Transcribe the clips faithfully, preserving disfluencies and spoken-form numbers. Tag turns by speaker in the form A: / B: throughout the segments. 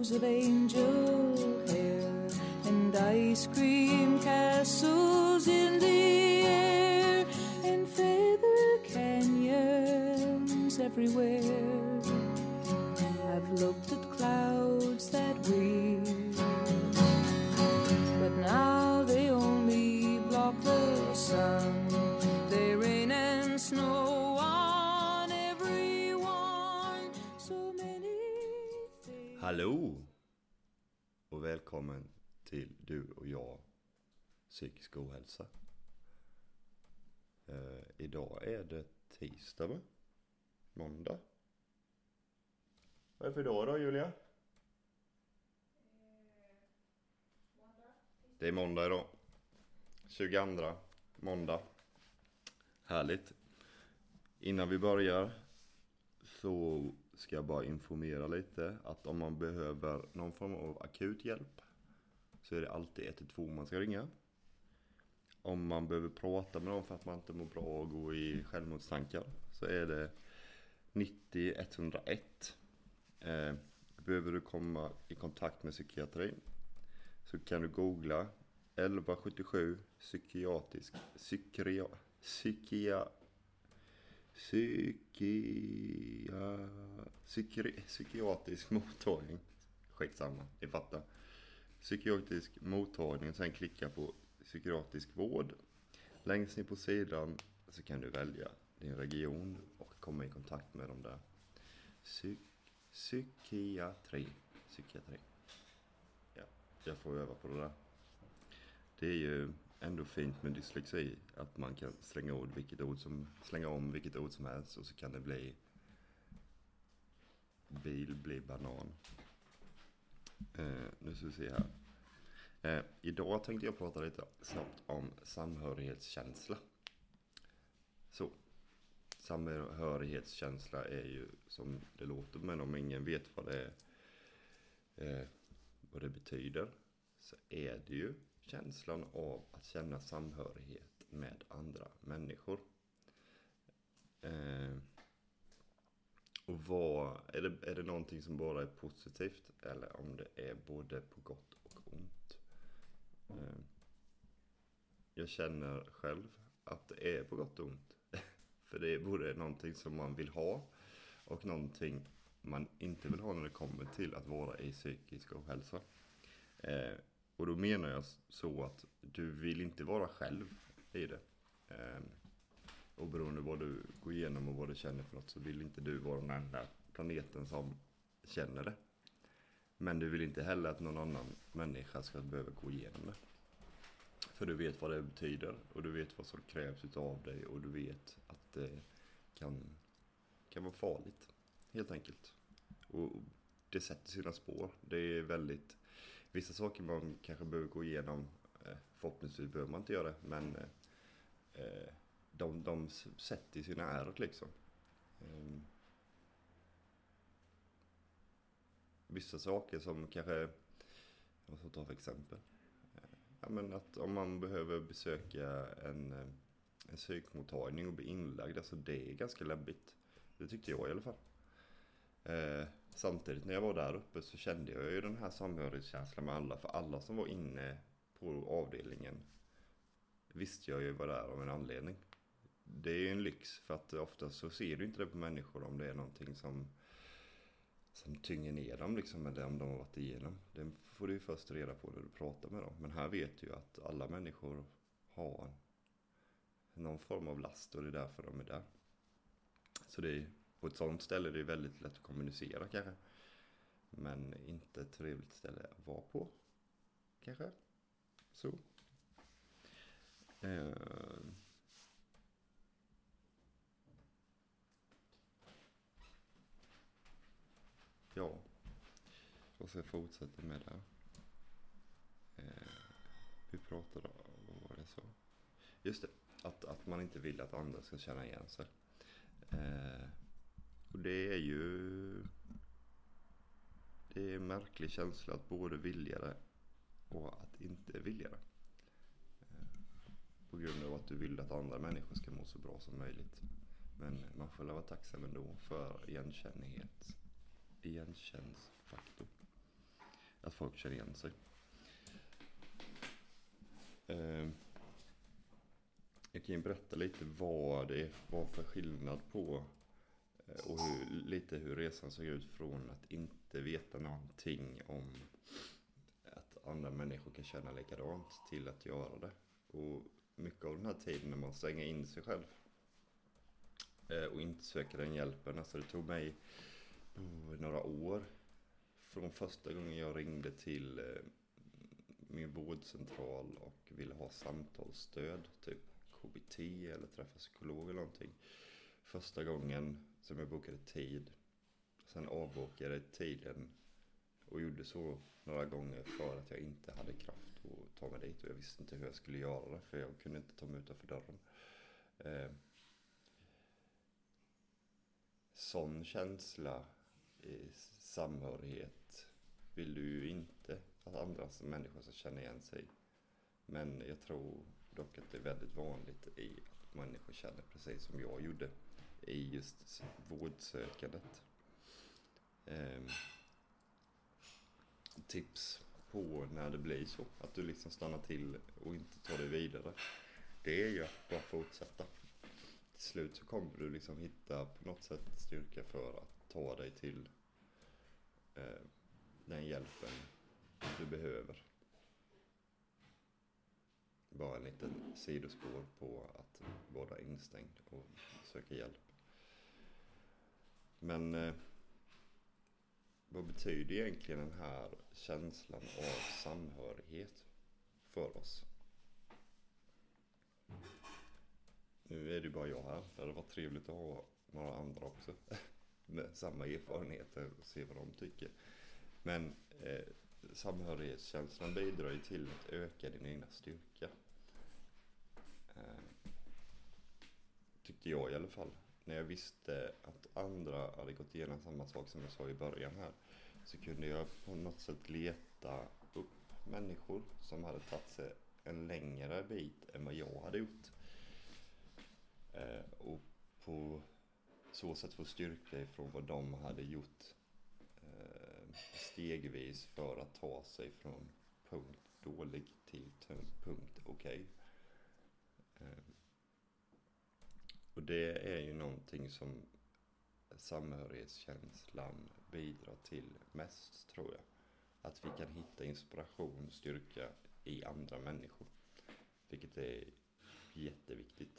A: arms of angel hair and ice cream castles in the air and feather canyons everywhere. I've looked at clouds that weep, but now they only block the sun. They rain and snow on everyone. So many things.
B: Hallå och välkommen till Du och jag psykisk ohälsa. Uh, idag är det tisdag, va? Måndag. Vad är det för dag då, Julia? Det är måndag idag. tjugoandra måndag. Härligt. Innan vi börjar så ska jag bara informera lite att om man behöver någon form av akut hjälp så är det alltid ett ett två man ska ringa. Om man behöver prata med någon för att man inte mår bra och gå i självmordstankar så är det nittio ett noll ett. Eh, behöver du komma i kontakt med psykiatrin så kan du googla elva sjuttiosju psykiatrisk psykia psykia psykia psyki, psykiatrisk mottagning. Skitsamma, ni fattar. Psykiatrisk mottagning, sen klicka på psykiatrisk vård. Längst ner på sidan så kan du välja din region och komma i kontakt med dem där. Psy, psykiatri. Psykiatri. Ja, jag får öva på det där. Det är ju ändå fint med dyslexi att man kan slänga ord vilket ord som slänga om vilket ord som helst och så kan det bli bil blir banan. Eh, nu ska vi se här. Eh, idag tänkte jag prata lite snabbt om samhörighetskänsla. Så, samhörighetskänsla är ju som det låter, men om ingen vet vad det är, eh, vad det betyder, så är det ju känslan av att känna samhörighet med andra människor. Eh, och vad, är det, är det någonting som bara är positivt eller om det är både på gott och ont? Eh, jag känner själv att det är på gott och ont. För det är både någonting som man vill ha och någonting man inte vill ha när det kommer till att vara i psykisk ohälsa. Eh, och då menar jag så att du vill inte vara själv i det. Eh, och beroende på vad du går igenom och vad du känner för något så vill inte du vara den enda planeten som känner det. Men du vill inte heller att någon annan människa ska behöva gå igenom det. För du vet vad det betyder och du vet vad som krävs utav dig och du vet att det kan, kan vara farligt, helt enkelt. Och det sätter sina spår. Det är väldigt, vissa saker man kanske behöver gå igenom, förhoppningsvis behöver man inte göra det, men eh, de, de sätter sina ärr liksom. Um, vissa saker som kanske, vad ska jag ta för exempel? Ja, men att om man behöver besöka en, en psykmottagning och bli inlagd, alltså det är ganska läbbigt. Det tyckte jag i alla fall. Eh, samtidigt när jag var där uppe så kände jag ju den här samhörighetskänslan med alla. För alla som var inne på avdelningen visste jag ju var där av en anledning. Det är ju en lyx för att ofta så ser du inte det på människor om det är någonting som som tynger ner dem liksom, eller om de har varit igenom. Det får du ju först reda på när du pratar med dem. Men här vet du ju att alla människor har någon form av last och det är därför de är där. Så det är, på ett sånt ställe är det väldigt lätt att kommunicera kanske. Men inte ett trevligt ställe att vara på. Kanske. Så. Eh... Ja, och så fortsätter med det. Eh, vi pratade om, vad var det så? Just det, att, att man inte vill att andra ska känna igen sig. Eh, och det är ju, det är en märklig känsla att både vilja det och att inte vilja det. Eh, på grund av att du vill att andra människor ska må så bra som möjligt. Men man får vara tacksam ändå för igenkännighet. Igenkänsfaktor. att folk känner igen sig. Eh, jag kan ju berätta lite vad det var för skillnad på eh, och hur, lite hur resan såg ut från att inte veta någonting om att andra människor kan känna likadant till att göra det. Och mycket av den här tiden när man stänger in sig själv eh, och inte söker den hjälpen. Alltså det tog mig oh, några år från första gången jag ringde till eh, min vårdcentral och ville ha samtalsstöd, typ K B T eller träffa psykolog eller någonting. Första gången som jag bokade tid, sen avbokade tiden och gjorde så några gånger för att jag inte hade kraft att ta mig dit och jag visste inte hur jag skulle göra det för jag kunde inte ta mig utanför dörren. Eh, sån känsla i samhörighet vill du ju inte att andra människor ska känna igen sig. Men jag tror dock att det är väldigt vanligt i att människor känner precis som jag gjorde i just vårdsökandet. Eh, tips på när det blir så att du liksom stannar till och inte tar dig vidare, det är ju att bara fortsätta. Till slut så kommer du liksom hitta på något sätt styrka för att ta dig till eh, den hjälpen du behöver. Bara en liten sidospår på att vara instängd och söka hjälp. Men eh, vad betyder egentligen den här känslan av samhörighet för oss? Nu är det bara jag här. Det hade varit trevligt att ha några andra också med samma erfarenheter och se vad de tycker. Men eh, samhörighetskänslan bidrar ju till att öka din egna styrka. Eh, tyckte jag i alla fall. När jag visste att andra hade gått igenom samma sak som jag sa i början här, så kunde jag på något sätt leta upp människor som hade tagit sig en längre bit än vad jag hade gjort. Eh, och på så sätt få styrka ifrån vad de hade gjort eh, stegvis för att ta sig från punkt dålig till punkt okej. Eh, och det är ju någonting som samhörighetskänslan bidrar till mest, tror jag. Att vi kan hitta inspiration, styrka i andra människor. Vilket är jätteviktigt.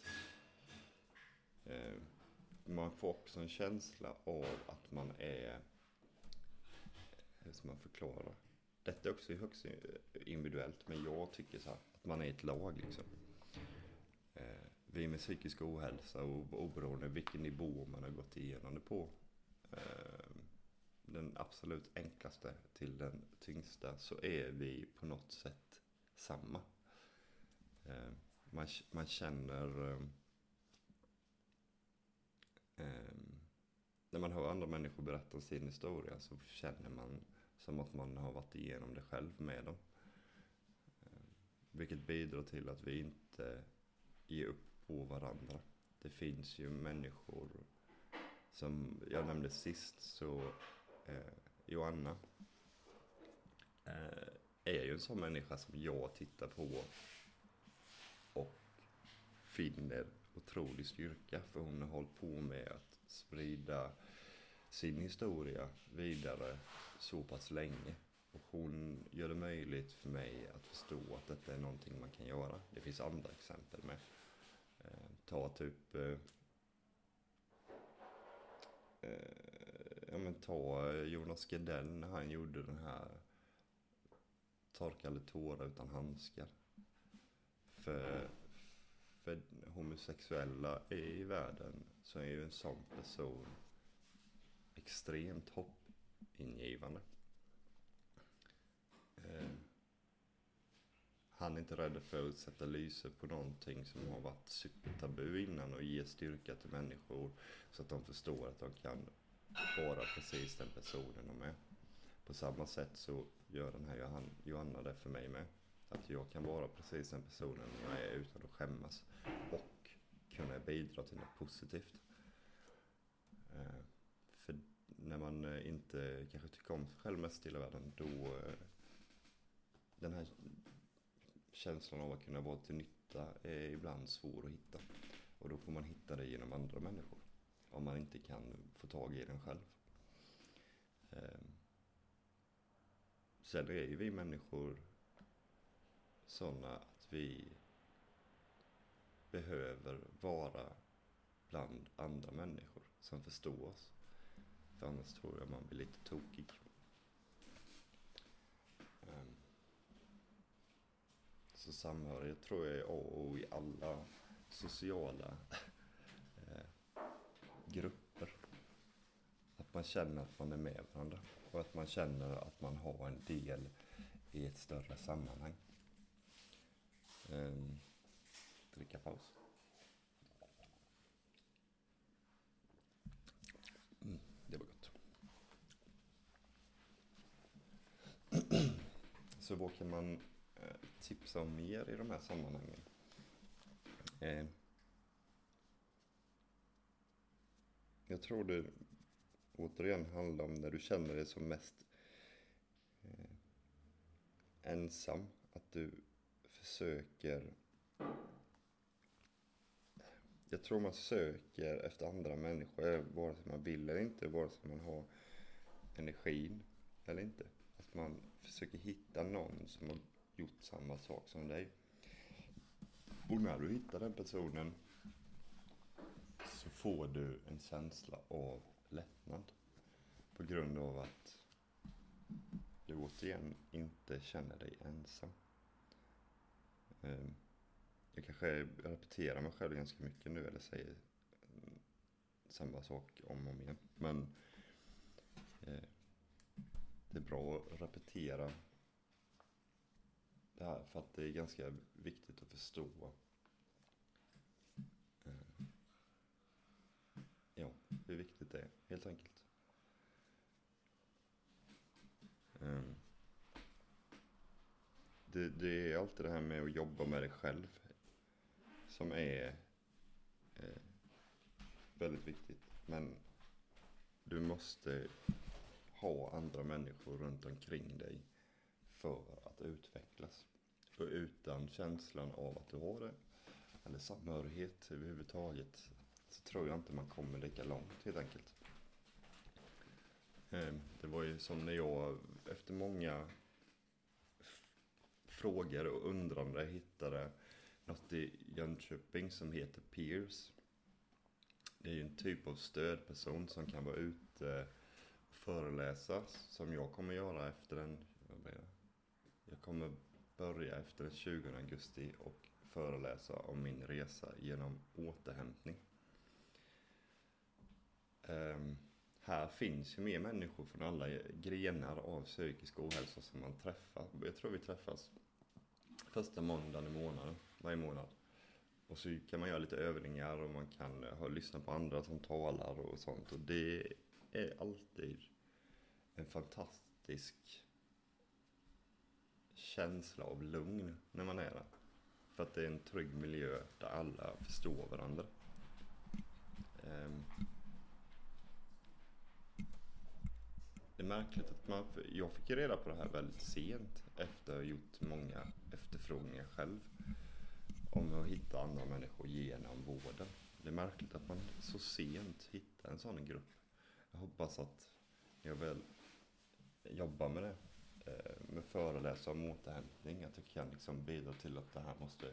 B: Man får också en känsla av att man är, hur ska man förklara? Detta är också högst individuellt, men jag tycker så här, att man är ett lag liksom. Vi med psykisk ohälsa och oberoende vilken nivå man har gått igenom det på. Den absolut enklaste till den tyngsta, så är vi på något sätt samma. Man, man känner, eh, när man hör andra människor berätta om sin historia, så känner man som att man har varit igenom det själv med dem. Vilket bidrar till att vi inte ger upp på varandra. Det finns ju människor, som jag nämnde sist, så eh, Joanna eh, är ju en sån människa som jag tittar på och finner otrolig styrka, för hon har hållit på med att sprida sin historia vidare så pass länge. Och hon gör det möjligt för mig att förstå att detta är någonting man kan göra. Det finns andra exempel med. Eh, ta typ eh, eh, ja men ta Jonas Gardell när han gjorde den här Torkade tårar utan handskar. För, för homosexuella i världen så är ju en sån person extremt hoppingivande. Eh, han är inte rädd för att sätta lyse på någonting som har varit supertabu innan och ge styrka till människor så att de förstår att de kan vara precis den personen de är. På samma sätt så gör den här Johanna det för mig med. Att jag kan vara precis den personen jag är utan att skämmas och kunna bidra till något positivt. Eh, för när man inte kanske tycker om sig själv mest i hela världen, då den här känslan av att kunna vara till nytta är ibland svår att hitta. Och då får man hitta det genom andra människor. Om man inte kan få tag i den själv. Sen är ju vi människor sådana att vi behöver vara bland andra människor som förstår oss. För annars tror jag man blir lite tokig. Så samhörighet tror jag är A och O i alla sociala eh, grupper. Att man känner att man är med varandra. Och att man känner att man har en del i ett större sammanhang. Um, dricka paus. Mm, det var gott. Så vad kan man eh, tipsa om mer i de här sammanhangen? Eh, jag tror det återigen handlar om när du känner dig som mest eh, ensam. Att du försöker... Jag tror man söker efter andra människor, vare sig man vill eller inte, vare sig man har energin eller inte. Att man försöker hitta någon som har gjort samma sak som dig. Och när du hittar den personen så får du en känsla av lättnad. På grund av att du återigen inte känner dig ensam. Jag kanske repeterar mig själv ganska mycket nu eller säger samma sak om och om igen. Men det är bra att repetera det här för att det är ganska viktigt att förstå ja, hur viktigt det är, helt enkelt. Det, det är alltid det här med att jobba med dig själv som är eh, väldigt viktigt. Men du måste ha andra människor runt omkring dig för att utvecklas. För utan känslan av att du har det, eller samhörighet överhuvudtaget, så tror jag inte man kommer lika långt helt enkelt. Eh, det var ju som när jag efter många frågor och undrande hittade något i Jönköping som heter Peers. Det är ju en typ av stödperson som kan vara ute och föreläsa, som jag kommer göra efter den. Jag kommer börja efter den tjugonde augusti och föreläsa om min resa genom återhämtning. Um, här finns ju mer människor från alla grenar av psykisk ohälsa som man träffar. Jag tror vi träffas första måndagen i månaden, varje månad. Och så kan man göra lite övningar och man kan ha, lyssna på andra som talar och sånt. Och det är alltid en fantastisk känsla av lugn när man är där. För att det är en trygg miljö där alla förstår varandra. Um, Det är märkligt att man, jag fick reda på det här väldigt sent efter att ha gjort många efterfrågningar själv om att hitta andra människor genom vården. Det är märkligt att man så sent hittar en sån grupp. Jag hoppas att jag väl jobbar med det, med föreläsare om återhämtning, att jag kan liksom bidra till att det här måste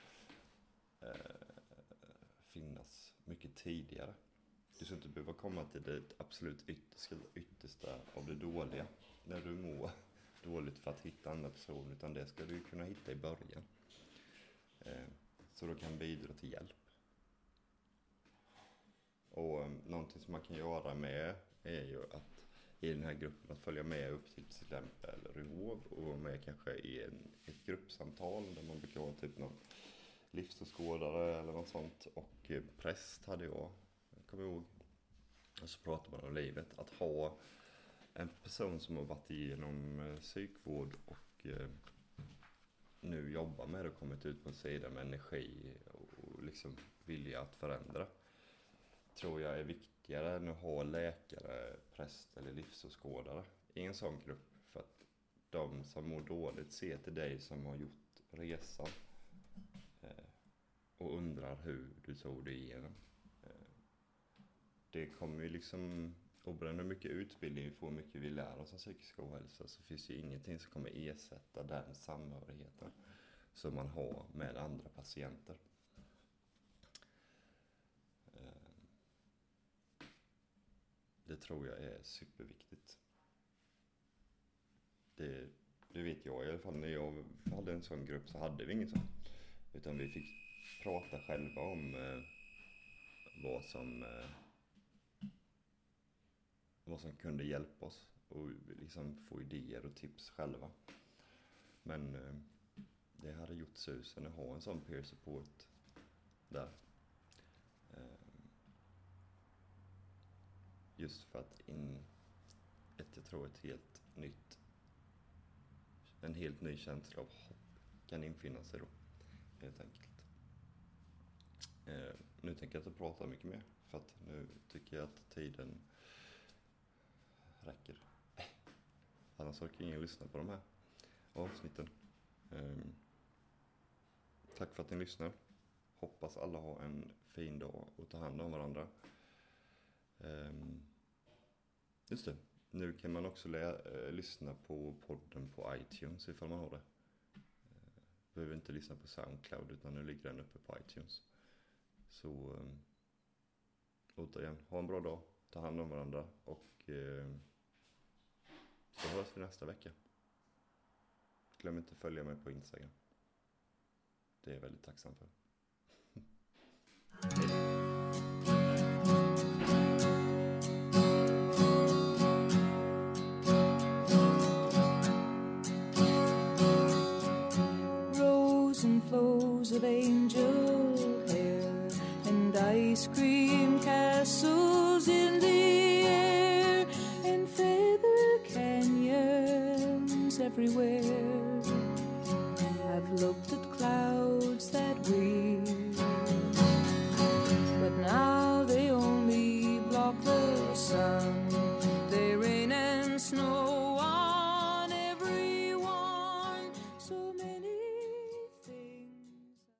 B: eh, finnas mycket tidigare. Du ska inte behöva komma till det absolut yttersta, yttersta av det dåliga när du mår dåligt för att hitta andra personer, utan det ska du kunna hitta i början. Eh, så du kan bidra till hjälp. Och um, någonting som man kan göra med är ju att i den här gruppen att följa med upp till till exempel Rehov och vara med kanske i en, ett gruppsamtal där man brukar ha typ någon livsåskådare eller något sånt, och eh, präst hade jag. Kommer ihåg. Och så pratar man om livet. Att ha en person som har varit igenom eh, psykvård och eh, nu jobbar med det och kommit ut på en sida med energi och liksom vilja att förändra, tror jag är viktigare än att ha läkare, präst eller livsåskådare i en sån grupp. För att de som mår dåligt ser till dig som har gjort resan. Eh, och undrar hur du tog dig igenom. Eh, det kommer ju liksom, oberoende hur mycket utbildning vi får, hur mycket vi lär oss om psykisk ohälsa, så finns ju ingenting som kommer ersätta den samhörigheten som man har med andra patienter. Det tror jag är superviktigt. Det, det vet jag i alla fall. När jag hade en sån grupp så hade vi inget sånt. Utan vi fick prata själva om eh, vad som eh, vad som kunde hjälpa oss. Och liksom få idéer och tips själva. Men eh, det hade gjort susen att ha en sån peer support där. Just för att in, ett, jag tror ett helt nytt, en helt ny känsla av hopp kan infinna sig då, helt enkelt. Eh, nu tänker jag inte prata mycket mer, för att nu tycker jag att tiden räcker. Annars orkar ingen lyssna på de här avsnitten. Eh, tack för att ni lyssnar. Hoppas alla har en fin dag och tar hand om varandra. Um, just det, nu kan man också lä- äh, lyssna på podden på iTunes ifall man har det. Uh, behöver inte lyssna på SoundCloud, utan nu ligger den uppe på iTunes. Så um, återigen, ha en bra dag, ta hand om varandra och uh, så hörs vi nästa vecka. Glöm inte att följa mig på Instagram. Det är jag väldigt tacksam för.
A: Of angel hair and ice cream castles in the air and feather canyons everywhere.